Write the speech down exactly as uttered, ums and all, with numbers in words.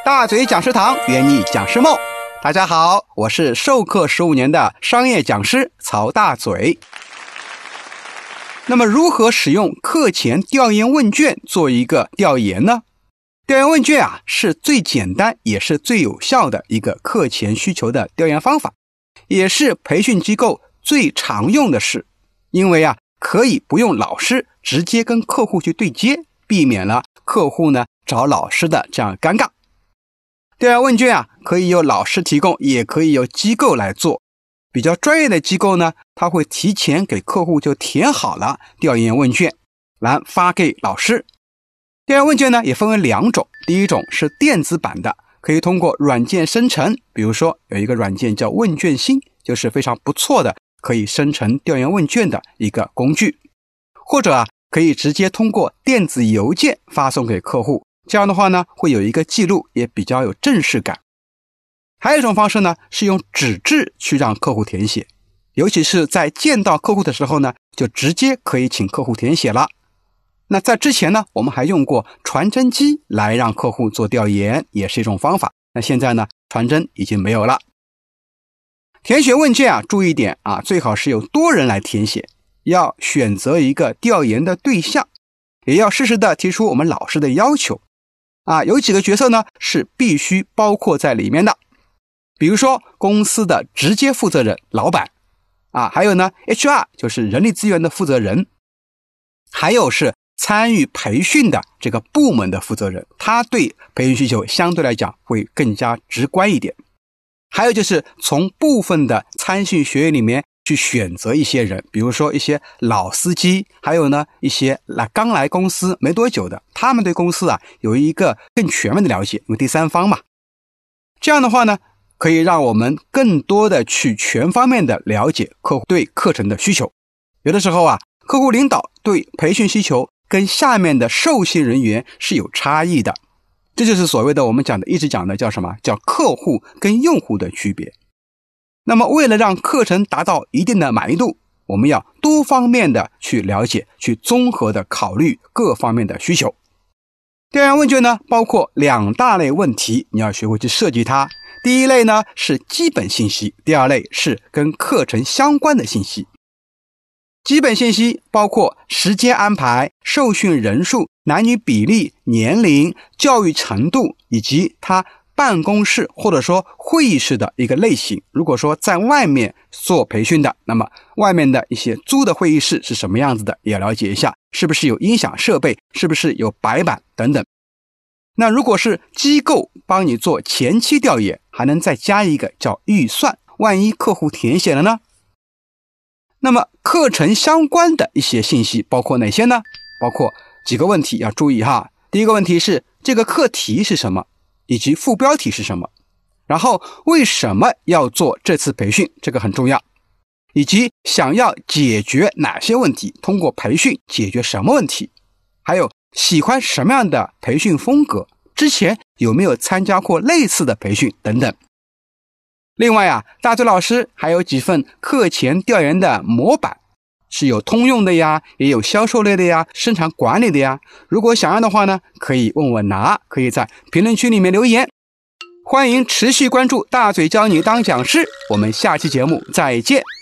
大嘴讲师堂，圆你讲师梦。大家好，我是授课十五年的商业讲师曹大嘴。那么如何使用课前调研问卷做一个调研呢？调研问卷啊，是最简单也是最有效的一个课前需求的调研方法，也是培训机构最常用的事。因为啊，可以不用老师直接跟客户去对接，避免了客户呢找老师的这样尴尬。调研问卷啊，可以由老师提供，也可以由机构来做。比较专业的机构呢，他会提前给客户就填好了调研问卷，然后发给老师。调研问卷呢也分为两种，第一种是电子版的，可以通过软件生成，比如说有一个软件叫问卷星，就是非常不错的可以生成调研问卷的一个工具。或者啊，可以直接通过电子邮件发送给客户，这样的话呢，会有一个记录，也比较有正式感。还有一种方式呢，是用纸质去让客户填写，尤其是在见到客户的时候呢，就直接可以请客户填写了。那在之前呢，我们还用过传真机来让客户做调研，也是一种方法。那现在呢，传真已经没有了。填写问卷啊，注意一点啊，最好是由多人来填写，要选择一个调研的对象，也要适时的提出我们老师的要求啊，有几个角色呢是必须包括在里面的，比如说公司的直接负责人老板啊，还有呢 H R 就是人力资源的负责人，还有是参与培训的这个部门的负责人，他对培训需求相对来讲会更加直观一点。还有就是从部分的参训学员里面去选择一些人，比如说一些老司机，还有呢一些来刚来公司没多久的，他们对公司啊有一个更全面的了解，因为第三方嘛。这样的话呢，可以让我们更多的去全方面的了解客户对课程的需求。有的时候啊，客户领导对培训需求跟下面的受训人员是有差异的，这就是所谓的我们讲的一直讲的叫什么，叫客户跟用户的区别。那么为了让课程达到一定的满意度，我们要多方面的去了解，去综合的考虑各方面的需求。调研问卷呢，包括两大类问题，你要学会去设计它。第一类呢是基本信息，第二类是跟课程相关的信息。基本信息包括时间安排、受训人数、男女比例、年龄、教育程度，以及他办公室或者说会议室的一个类型。如果说在外面做培训的，那么外面的一些租的会议室是什么样子的，也要了解一下，是不是有音响设备，是不是有白板等等。那如果是机构帮你做前期调研，还能再加一个叫预算，万一客户填写了呢？那么课程相关的一些信息包括哪些呢？包括几个问题要注意哈。第一个问题是这个课题是什么，以及副标题是什么，然后为什么要做这次培训，这个很重要，以及想要解决哪些问题，通过培训解决什么问题，还有喜欢什么样的培训风格，之前有没有参加过类似的培训等等。另外啊，大嘴老师还有几份课前调研的模板，是有通用的呀，也有销售类的呀，生产管理的呀。如果想要的话呢，可以问我拿，可以在评论区里面留言。欢迎持续关注大嘴教你当讲师，我们下期节目再见。